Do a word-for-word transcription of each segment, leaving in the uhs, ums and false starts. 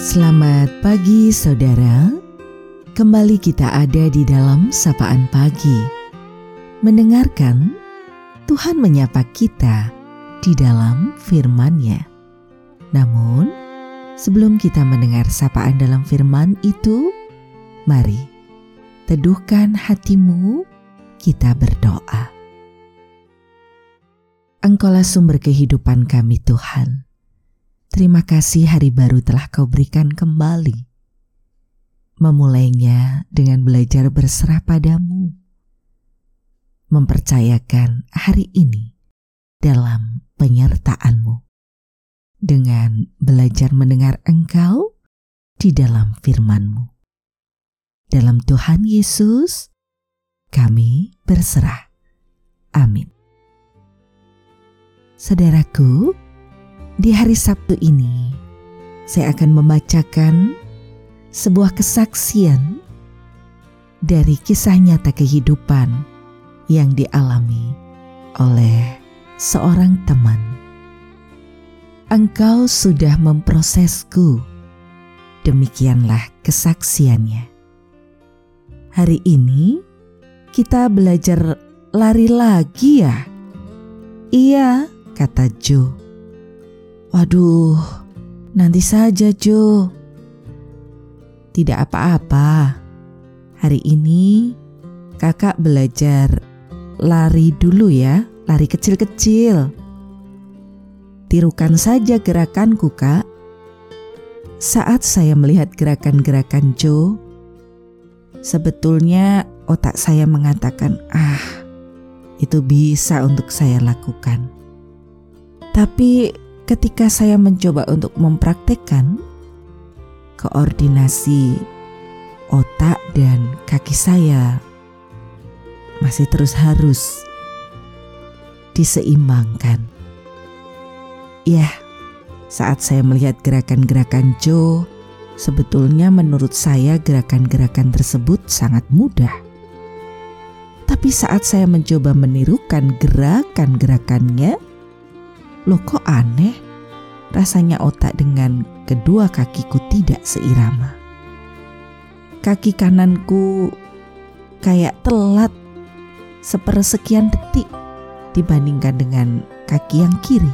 Selamat pagi saudara, kembali kita ada di dalam Sapaan Pagi. Mendengarkan Tuhan menyapa kita di dalam firman-Nya. Namun, sebelum kita mendengar sapaan dalam firman itu, mari teduhkan hatimu, kita berdoa. Engkaulah sumber kehidupan kami Tuhan. Terima kasih hari baru telah Kau berikan kembali. Memulainya dengan belajar berserah padamu. Mempercayakan hari ini dalam penyertaan-Mu. Dengan belajar mendengar Engkau di dalam firman-Mu. Dalam Tuhan Yesus, kami berserah. Amin. Saudaraku, di hari Sabtu ini, saya akan membacakan sebuah kesaksian dari kisah nyata kehidupan yang dialami oleh seorang teman. Engkau sudah memprosesku, demikianlah kesaksiannya. Hari ini kita belajar lari lagi ya? Iya, kata Joe. Waduh, nanti saja Jo. Tidak apa-apa. Hari ini kakak belajar lari dulu ya, lari kecil-kecil. Tirukan saja gerakanku, Kak. Saat saya melihat gerakan-gerakan Jo, sebetulnya otak saya mengatakan, ah, itu bisa untuk saya lakukan. Tapi ketika saya mencoba untuk mempraktekkan, koordinasi otak dan kaki saya masih terus harus diseimbangkan. Ya, saat saya melihat gerakan-gerakan Joe, sebetulnya menurut saya gerakan-gerakan tersebut sangat mudah. Tapi saat saya mencoba menirukan gerakan-gerakannya, loh kok aneh, rasanya otak dengan kedua kakiku tidak seirama. Kaki kananku kayak telat sepersekian detik dibandingkan dengan kaki yang kiri.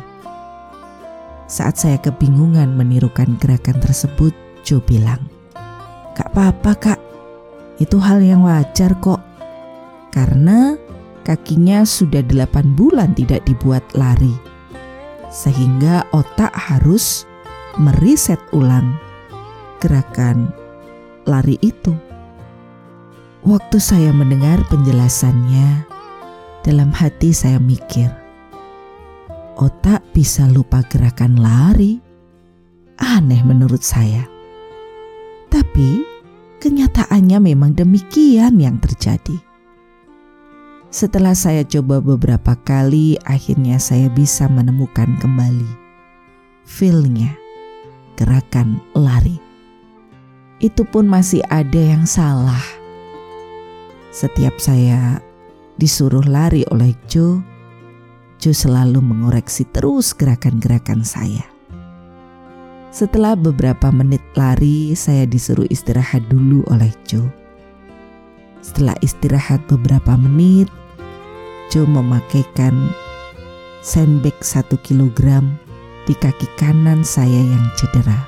Saat saya kebingungan menirukan gerakan tersebut, Joe bilang, "Gak apa-apa Kak, itu hal yang wajar kok. Karena kakinya sudah delapan bulan tidak dibuat lari. Sehingga otak harus meriset ulang gerakan lari itu." Waktu saya mendengar penjelasannya, dalam hati saya mikir, otak bisa lupa gerakan lari? Aneh menurut saya. Tapi kenyataannya memang demikian yang terjadi. Setelah saya coba beberapa kali, akhirnya saya bisa menemukan kembali feel-nya, gerakan lari. Itu pun masih ada yang salah. Setiap saya disuruh lari oleh Joe, Joe selalu mengoreksi terus gerakan-gerakan saya. Setelah beberapa menit lari, saya disuruh istirahat dulu oleh Joe. Setelah istirahat beberapa menit, Joe memakaikan sandbag satu kilogram di kaki kanan saya yang cedera.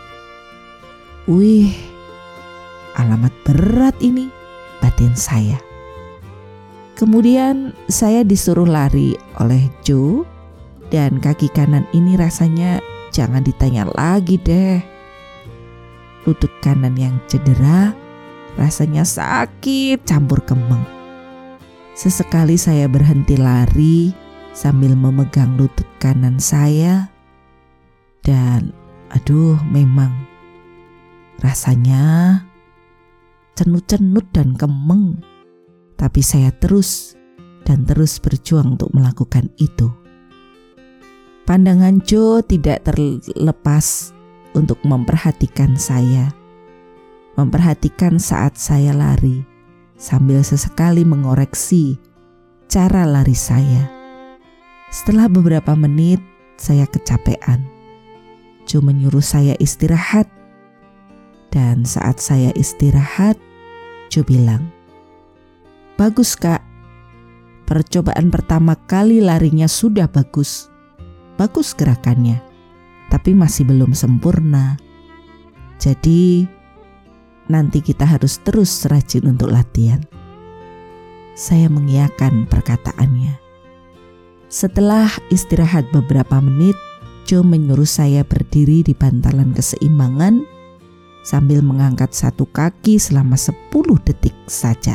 Wih, alamat berat ini, batin saya. Kemudian saya disuruh lari oleh Joe, dan kaki kanan ini rasanya jangan ditanya lagi deh. Lutut kanan yang cedera rasanya sakit campur kemeng. Sesekali saya berhenti lari sambil memegang lutut kanan saya. Dan aduh, memang rasanya cenut-cenut dan kemeng. Tapi saya terus dan terus berjuang untuk melakukan itu. Pandangan Joe tidak terlepas untuk memperhatikan saya. Memperhatikan saat saya lari, sambil sesekali mengoreksi cara lari saya. Setelah beberapa menit, saya kecapean. Joe menyuruh saya istirahat Dan saat saya istirahat, Jo bilang, "Bagus Kak, percobaan pertama kali larinya sudah bagus. Bagus gerakannya, tapi masih belum sempurna. Jadi nanti kita harus terus rajin untuk latihan." Saya mengiyakan perkataannya. Setelah istirahat beberapa menit, Jo menyuruh saya berdiri di bantalan keseimbangan sambil mengangkat satu kaki selama sepuluh detik saja.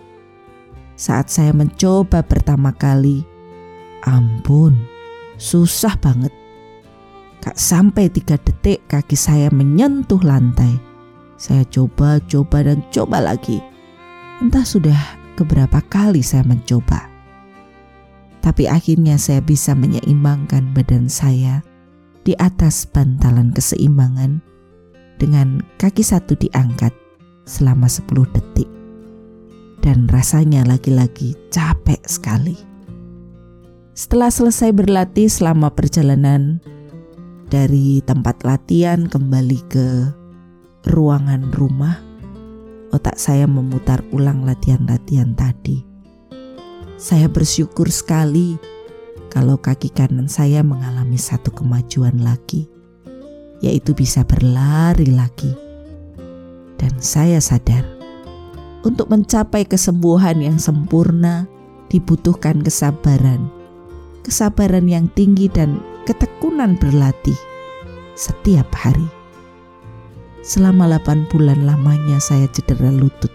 Saat saya mencoba pertama kali, ampun, susah banget. Gak sampai tiga detik kaki saya menyentuh lantai. Saya coba, coba dan coba lagi. Entah sudah keberapa kali saya mencoba. Tapi akhirnya saya bisa menyeimbangkan badan saya di atas bantalan keseimbangan dengan kaki satu diangkat selama sepuluh detik. Dan rasanya lagi-lagi capek sekali. Setelah selesai berlatih selama perjalanan dari tempat latihan kembali ke ruangan rumah, otak saya memutar ulang latihan-latihan tadi. Saya bersyukur sekali kalau kaki kanan saya mengalami satu kemajuan lagi, yaitu bisa berlari lagi. Dan saya sadar, untuk mencapai kesembuhan yang sempurna dibutuhkan kesabaran. Kesabaran yang tinggi dan ketekunan berlatih setiap hari. Selama delapan bulan lamanya saya cedera lutut.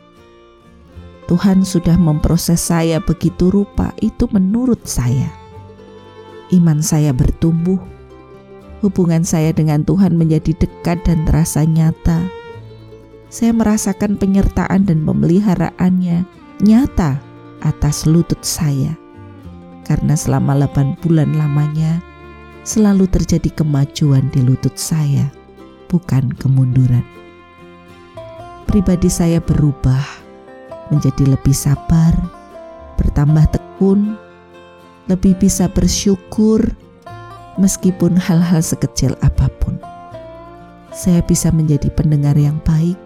Tuhan sudah memproses saya begitu rupa, itu menurut saya. Iman saya bertumbuh. Hubungan saya dengan Tuhan menjadi dekat dan terasa nyata. Saya merasakan penyertaan dan pemeliharaannya nyata atas lutut saya. Karena selama delapan bulan lamanya selalu terjadi kemajuan di lutut saya, bukan kemunduran. Pribadi saya berubah menjadi lebih sabar, bertambah tekun, lebih bisa bersyukur meskipun hal-hal sekecil apapun. Saya bisa menjadi pendengar yang baik,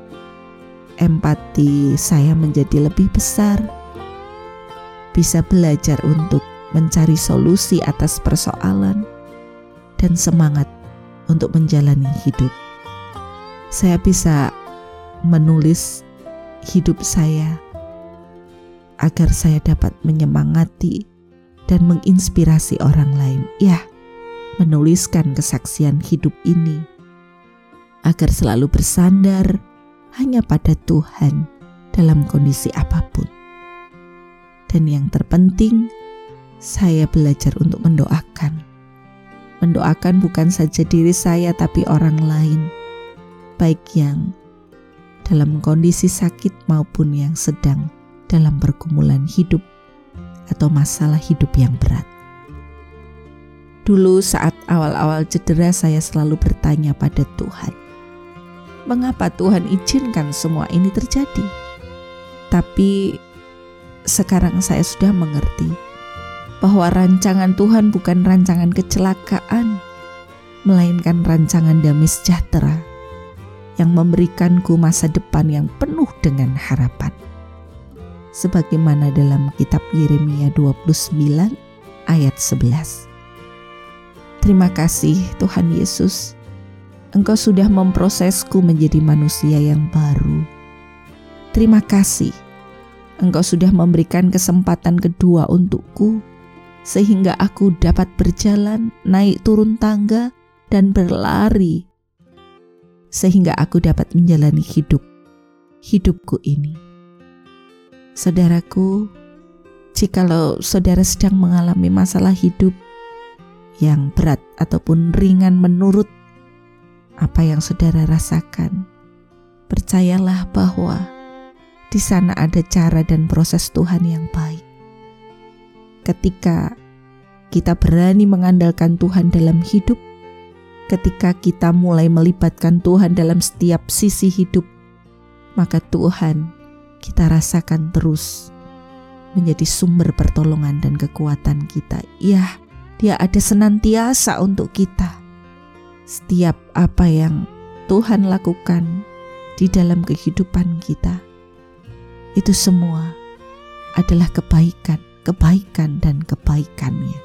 empati saya menjadi lebih besar, bisa belajar untuk mencari solusi atas persoalan, dan semangat untuk menjalani hidup. Saya bisa menulis hidup saya agar saya dapat menyemangati dan menginspirasi orang lain. Ya, menuliskan kesaksian hidup ini agar selalu bersandar hanya pada Tuhan dalam kondisi apapun. Dan yang terpenting, saya belajar untuk mendoakan. Mendoakan bukan saja diri saya tapi orang lain, baik yang dalam kondisi sakit maupun yang sedang dalam pergumulan hidup atau masalah hidup yang berat. Dulu saat awal-awal cedera saya selalu bertanya pada Tuhan, mengapa Tuhan izinkan semua ini terjadi? Tapi sekarang saya sudah mengerti bahwa rancangan Tuhan bukan rancangan kecelakaan, melainkan rancangan damai sejahtera yang memberikanku masa depan yang penuh dengan harapan. Sebagaimana dalam kitab Yeremia dua puluh sembilan ayat sebelas. Terima kasih Tuhan Yesus, Engkau sudah memprosesku menjadi manusia yang baru. Terima kasih, Engkau sudah memberikan kesempatan kedua untukku, sehingga aku dapat berjalan, naik turun tangga, dan berlari, sehingga aku dapat menjalani hidup, hidupku ini. Saudaraku, jikalau saudara sedang mengalami masalah hidup yang berat ataupun ringan menurut apa yang saudara rasakan, percayalah bahwa di sana ada cara dan proses Tuhan yang baik. Ketika kita berani mengandalkan Tuhan dalam hidup, ketika kita mulai melibatkan Tuhan dalam setiap sisi hidup, maka Tuhan kita rasakan terus menjadi sumber pertolongan dan kekuatan kita. Ya, Dia ada senantiasa untuk kita. Setiap apa yang Tuhan lakukan di dalam kehidupan kita, itu semua adalah kebaikan, kebaikan dan kebaikannya.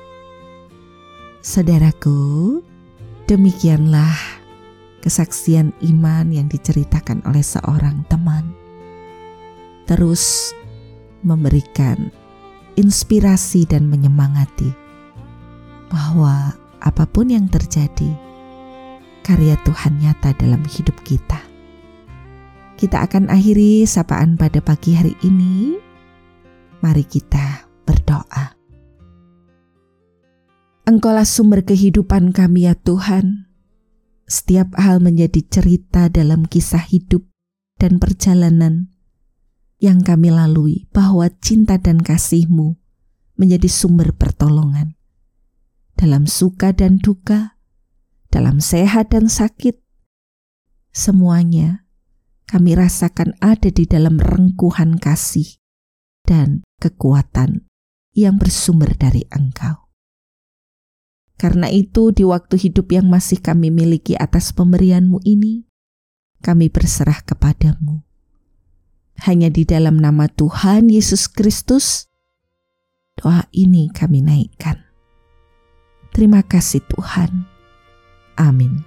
Saudaraku, demikianlah kesaksian iman yang diceritakan oleh seorang teman. Terus memberikan inspirasi dan menyemangati bahwa apapun yang terjadi, karya Tuhan nyata dalam hidup kita. Kita akan akhiri sapaan pada pagi hari ini. Mari kita berdoa. Engkaulah sumber kehidupan kami ya Tuhan. Setiap hal menjadi cerita dalam kisah hidup dan perjalanan yang kami lalui, bahwa cinta dan kasih-Mu menjadi sumber pertolongan. Dalam suka dan duka, dalam sehat dan sakit, semuanya kami rasakan ada di dalam rengkuhan kasih dan kekuatan yang bersumber dari Engkau. Karena itu, di waktu hidup yang masih kami miliki atas pemberian-Mu ini, kami berserah kepadamu. Hanya di dalam nama Tuhan Yesus Kristus, doa ini kami naikkan. Terima kasih Tuhan. Amin.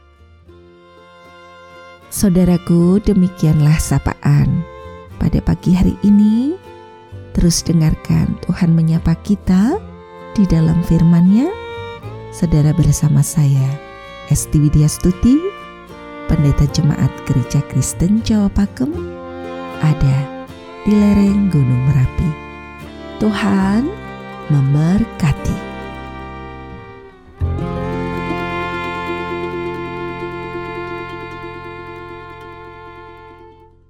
Saudaraku, demikianlah sapaan pada pagi hari ini. Terus dengarkan Tuhan menyapa kita di dalam firman-Nya. Saudara bersama saya, Esti Widyastuti, Pendeta Jemaat Gereja Kristen Jawa Pakem, ada di lereng Gunung Merapi. Tuhan memberkati.